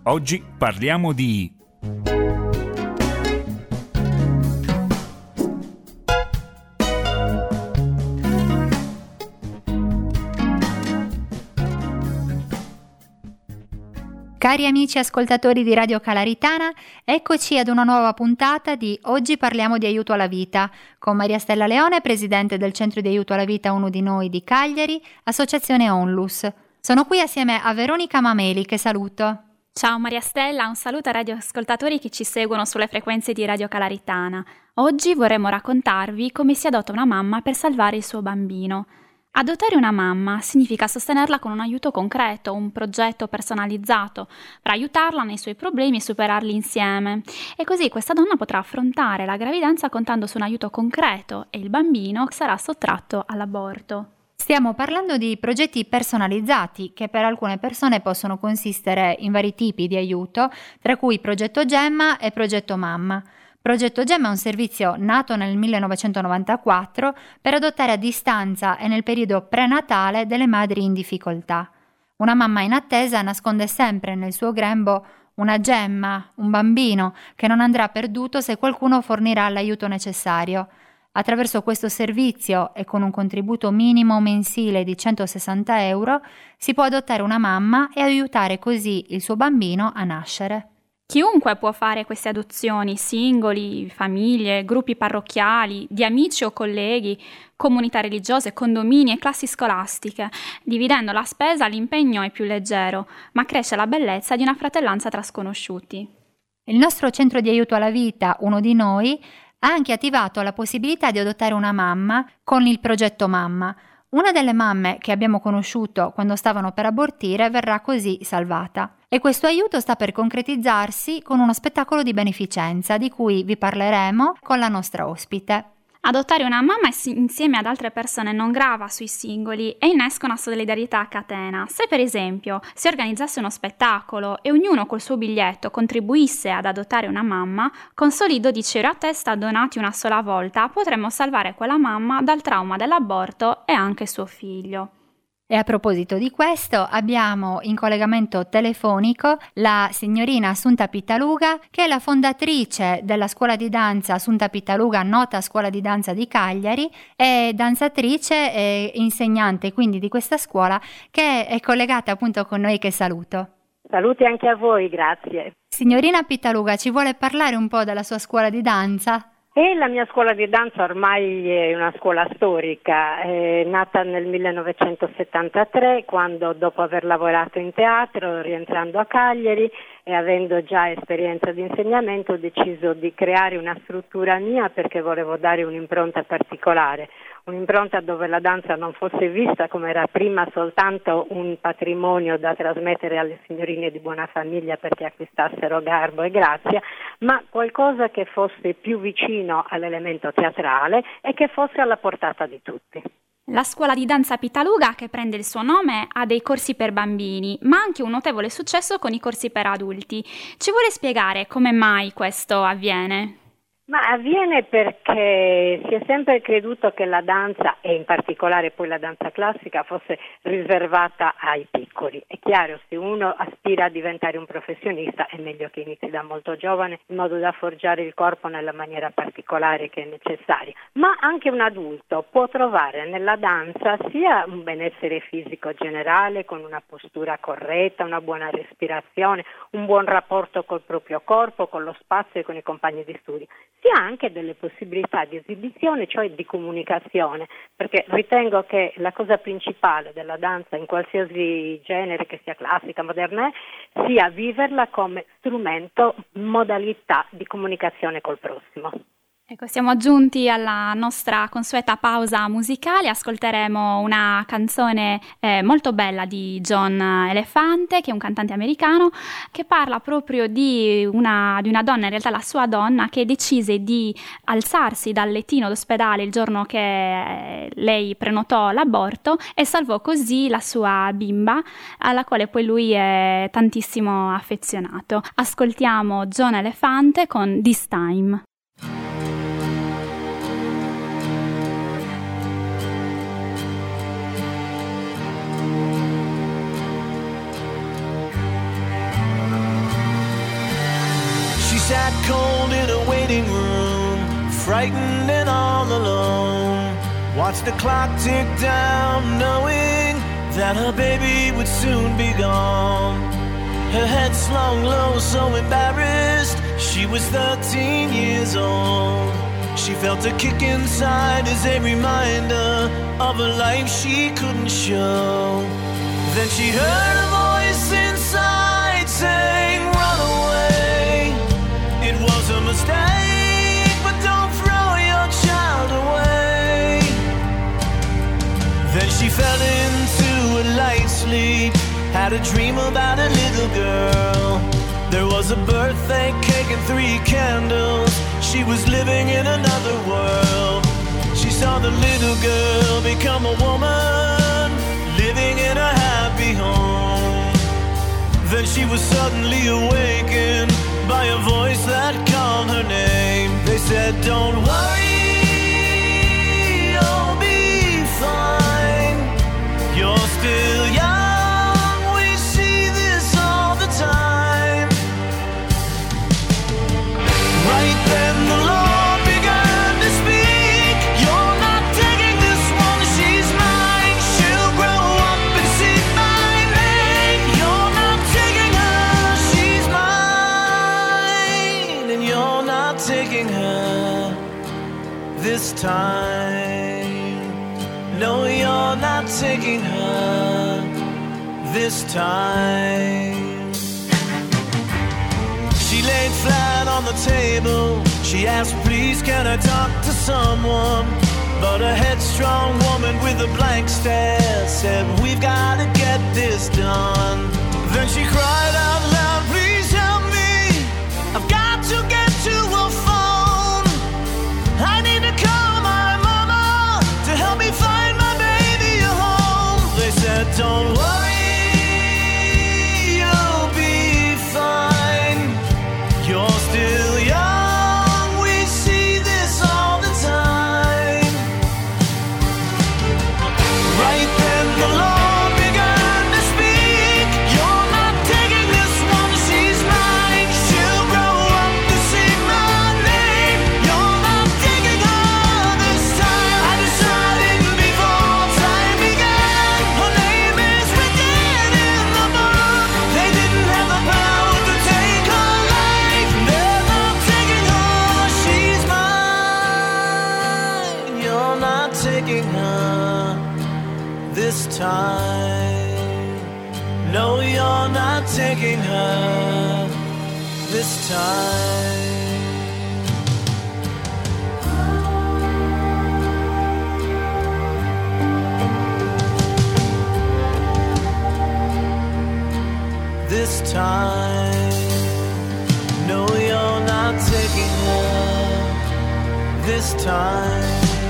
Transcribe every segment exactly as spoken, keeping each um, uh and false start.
Oggi parliamo di... Cari amici ascoltatori di Radio Calaritana, eccoci ad una nuova puntata di Oggi parliamo di aiuto alla vita, con Maria Stella Leone, presidente del Centro di Aiuto alla Vita Uno di Noi di Cagliari, associazione Onlus. Sono qui assieme a Veronica Mameli, che saluto. Ciao Maria Stella, un saluto ai radioascoltatori che ci seguono sulle frequenze di Radio Calaritana. Oggi vorremmo raccontarvi come si adotta una mamma per salvare il suo bambino. Adottare una mamma significa sostenerla con un aiuto concreto, un progetto personalizzato, per aiutarla nei suoi problemi e superarli insieme. E così questa donna potrà affrontare la gravidanza contando su un aiuto concreto e il bambino sarà sottratto all'aborto. Stiamo parlando di progetti personalizzati che per alcune persone possono consistere in vari tipi di aiuto, tra cui Progetto Gemma e Progetto Mamma. Progetto Gemma è un servizio nato nel millenovecentonovantaquattro per adottare a distanza e nel periodo prenatale delle madri in difficoltà. Una mamma in attesa nasconde sempre nel suo grembo una gemma, un bambino, che non andrà perduto se qualcuno fornirà l'aiuto necessario. Attraverso questo servizio e con un contributo minimo mensile di centosessanta euro si può adottare una mamma e aiutare così il suo bambino a nascere. Chiunque può fare queste adozioni, singoli, famiglie, gruppi parrocchiali, di amici o colleghi, comunità religiose, condomini e classi scolastiche. Dividendo la spesa l'impegno è più leggero, ma cresce la bellezza di una fratellanza tra sconosciuti. Il nostro centro di aiuto alla vita, Uno di Noi, ha anche attivato la possibilità di adottare una mamma con il progetto Mamma. Una delle mamme che abbiamo conosciuto quando stavano per abortire verrà così salvata. E questo aiuto sta per concretizzarsi con uno spettacolo di beneficenza di cui vi parleremo con la nostra ospite. Adottare una mamma insieme ad altre persone non grava sui singoli e innesca una solidarietà a catena. Se per esempio si organizzasse uno spettacolo e ognuno col suo biglietto contribuisse ad adottare una mamma, con soli dodici euro a testa donati una sola volta potremmo salvare quella mamma dal trauma dell'aborto e anche suo figlio. E a proposito di questo, abbiamo in collegamento telefonico la signorina Assunta Pittaluga, che è la fondatrice della scuola di danza Assunta Pittaluga, nota scuola di danza di Cagliari, è danzatrice e insegnante quindi di questa scuola, che è collegata appunto con noi, che saluto. Saluti anche a voi, grazie. Signorina Pittaluga, ci vuole parlare un po' della sua scuola di danza? E la mia scuola di danza ormai è una scuola storica, è nata nel millenovecentosettantatré, quando dopo aver lavorato in teatro, rientrando a Cagliari e avendo già esperienza di insegnamento, ho deciso di creare una struttura mia perché volevo dare un'impronta particolare, un'impronta dove la danza non fosse vista come era prima soltanto un patrimonio da trasmettere alle signorine di buona famiglia perché acquistassero garbo e grazia, ma qualcosa che fosse più vicino all'elemento teatrale e che fosse alla portata di tutti. La scuola di danza Pittaluga, che prende il suo nome, ha dei corsi per bambini, ma anche un notevole successo con i corsi per adulti. Ci vuole spiegare come mai questo avviene? Ma avviene perché si è sempre creduto che la danza, e in particolare poi la danza classica, fosse riservata ai piccoli. È chiaro, se uno aspira a diventare un professionista è meglio che inizi da molto giovane, in modo da forgiare il corpo nella maniera particolare che è necessaria. Ma anche un adulto può trovare nella danza sia un benessere fisico generale, con una postura corretta, una buona respirazione, un buon rapporto col proprio corpo, con lo spazio e con i compagni di studio, sia anche delle possibilità di esibizione, cioè di comunicazione, perché ritengo che la cosa principale della danza in qualsiasi genere, che sia classica, moderna, sia viverla come strumento, modalità di comunicazione col prossimo. Ecco, siamo giunti alla nostra consueta pausa musicale, ascolteremo una canzone eh, molto bella di John Elefante, che è un cantante americano, che parla proprio di una, di una donna, in realtà la sua donna, che decise di alzarsi dal lettino d'ospedale il giorno che lei prenotò l'aborto e salvò così la sua bimba, alla quale poi lui è tantissimo affezionato. Ascoltiamo John Elefante con This Time. cold in a waiting room, frightened and all alone. Watched the clock tick down, knowing that her baby would soon be gone. Her head slung low, so embarrassed. She was thirteen years old. She felt a kick inside as a reminder of a life she couldn't show. Then she heard a voice inside saying, run away. It was a mistake, but don't throw your child away. Then she fell into a light sleep, had a dream about a little girl. There was a birthday cake and three candles. She was living in another world. She saw the little girl become a woman, living in a happy home. Then she was suddenly awakened by a voice that called her name. They said, don't worry, you'll be fine. You're still young, we see this all the time. Right then the Lord began to speak. You're not taking this one, she's mine. She'll grow up and see my name. You're not taking her, she's mine. And you're not taking her this time. No, you're not taking her this time. She laid flat on the table. She asked, please, can I talk to someone? But a headstrong woman with a blank stare said, we've got to get this done. Then she cried out loud, please help me. I've got to get to a phone. I need to call my mama to help me find my baby a home. They said, don't worry, you'll be fine. You're still young, we see this all the time. Right then the Lord began to speak. You're not taking this one, she's mine. She'll grow up to see my name. You're not taking her this time. I decided before time began. Her name is written in the book. They didn't have the power to take her life. They're not taking her, she's mine. You're not taking her this time. No, you're not taking her this time. This time. No, you're not taking her this time.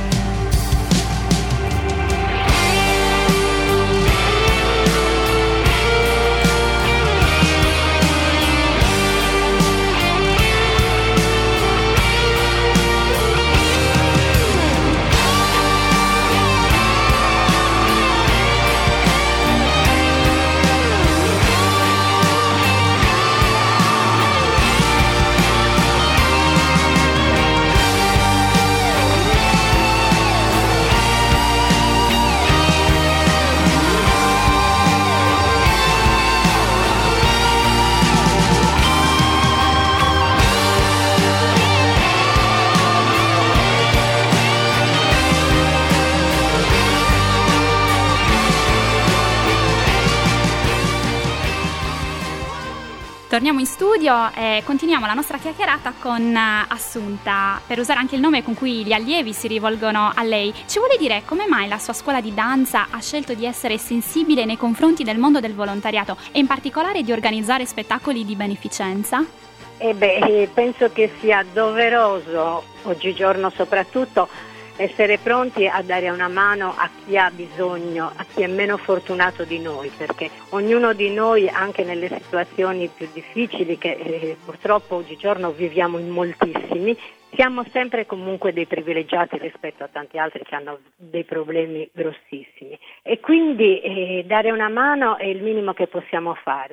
Torniamo in studio e continuiamo la nostra chiacchierata con Assunta, per usare anche il nome con cui gli allievi si rivolgono a lei. Ci vuole dire come mai la sua scuola di danza ha scelto di essere sensibile nei confronti del mondo del volontariato e in particolare di organizzare spettacoli di beneficenza? Eh beh, penso che sia doveroso, oggigiorno soprattutto, essere pronti a dare una mano a chi ha bisogno, a chi è meno fortunato di noi, perché ognuno di noi, anche nelle situazioni più difficili che eh, purtroppo oggigiorno viviamo in moltissimi, siamo sempre comunque dei privilegiati rispetto a tanti altri che hanno dei problemi grossissimi, e quindi eh, dare una mano è il minimo che possiamo fare.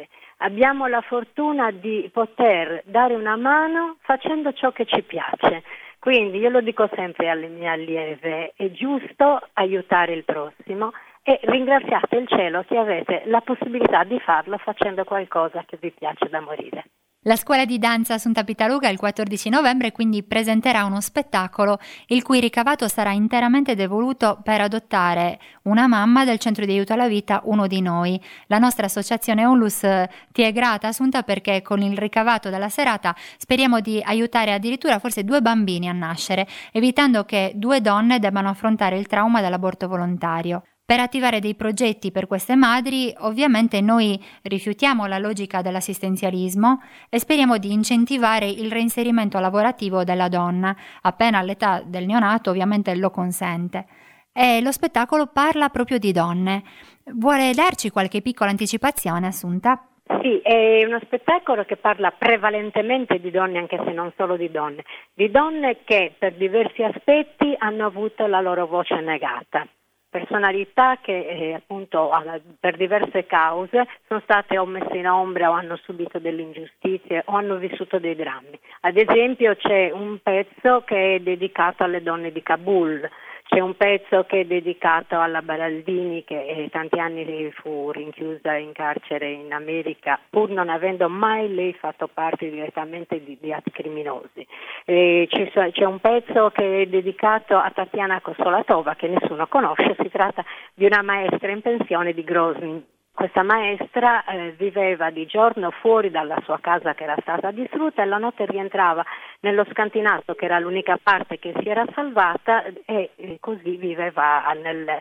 abbiamo la fortuna di poter dare una mano facendo ciò che ci piace. Quindi io lo dico sempre alle mie allieve, è giusto aiutare il prossimo e ringraziate il cielo che avete la possibilità di farlo facendo qualcosa che vi piace da morire. La scuola di danza Assunta Pitaluga il quattordici novembre quindi presenterà uno spettacolo il cui ricavato sarà interamente devoluto per adottare una mamma del centro di aiuto alla vita Uno di Noi. La nostra associazione Onlus ti è grata, Assunta, perché con il ricavato della serata speriamo di aiutare addirittura forse due bambini a nascere, evitando che due donne debbano affrontare il trauma dell'aborto volontario. Per attivare dei progetti per queste madri, ovviamente noi rifiutiamo la logica dell'assistenzialismo e speriamo di incentivare il reinserimento lavorativo della donna, appena l'età del neonato ovviamente lo consente. E lo spettacolo parla proprio di donne. Vuole darci qualche piccola anticipazione, Assunta? Sì, è uno spettacolo che parla prevalentemente di donne, anche se non solo di donne, di donne che per diversi aspetti hanno avuto la loro voce negata. Personalità che eh, appunto per diverse cause sono state o messe in ombra o hanno subito delle ingiustizie o hanno vissuto dei drammi. Ad esempio c'è un pezzo che è dedicato alle donne di Kabul, c'è un pezzo che è dedicato alla Baraldini che eh, tanti anni fu rinchiusa in carcere in America pur non avendo mai lei fatto parte direttamente di, di atti criminosi. E c'è, c'è un pezzo che è dedicato a Tatiana Kosolatova che nessuno conosce, si tratta di una maestra in pensione di Grozny. Questa maestra eh, viveva di giorno fuori dalla sua casa che era stata distrutta e la notte rientrava nello scantinato che era l'unica parte che si era salvata e, e così viveva nel,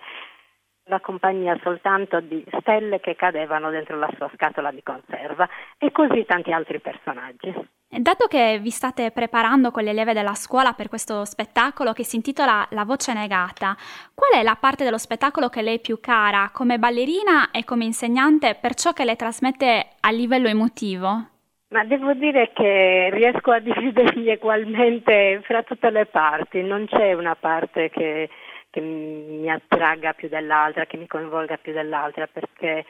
la compagnia soltanto di stelle che cadevano dentro la sua scatola di conserva e così tanti altri personaggi. Dato che vi state preparando con le leve della scuola per questo spettacolo che si intitola La voce negata, qual è la parte dello spettacolo che le è più cara come ballerina e come insegnante per ciò che le trasmette a livello emotivo? Ma devo dire che riesco a dividermi egualmente fra tutte le parti, non c'è una parte che, che mi attragga più dell'altra, che mi coinvolga più dell'altra, perché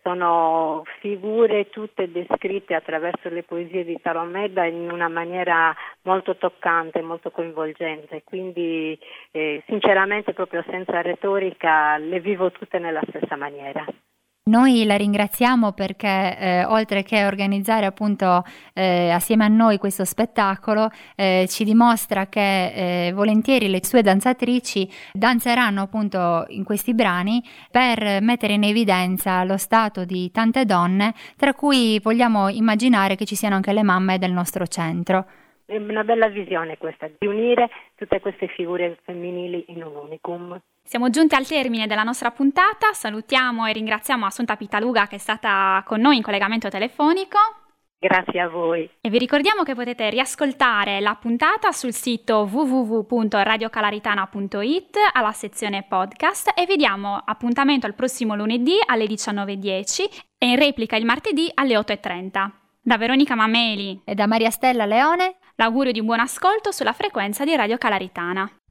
sono figure tutte descritte attraverso le poesie di Taro Medda in una maniera molto toccante, molto coinvolgente, quindi eh, sinceramente proprio senza retorica le vivo tutte nella stessa maniera. Noi la ringraziamo perché eh, oltre che organizzare appunto eh, assieme a noi questo spettacolo eh, ci dimostra che eh, volentieri le sue danzatrici danzeranno appunto in questi brani per mettere in evidenza lo stato di tante donne, tra cui vogliamo immaginare che ci siano anche le mamme del nostro centro. È una bella visione questa, di unire tutte queste figure femminili in un unicum. Siamo giunti al termine della nostra puntata, salutiamo e ringraziamo Assunta Pitaluga che è stata con noi in collegamento telefonico. Grazie a voi. E vi ricordiamo che potete riascoltare la puntata sul sito w w w punto radio calaritana punto i t alla sezione podcast e vi diamo appuntamento al prossimo lunedì alle diciannove e dieci e in replica il martedì alle otto e trenta. Da Veronica Mameli e da Maria Stella Leone, l'augurio di un buon ascolto sulla frequenza di Radio Calaritana.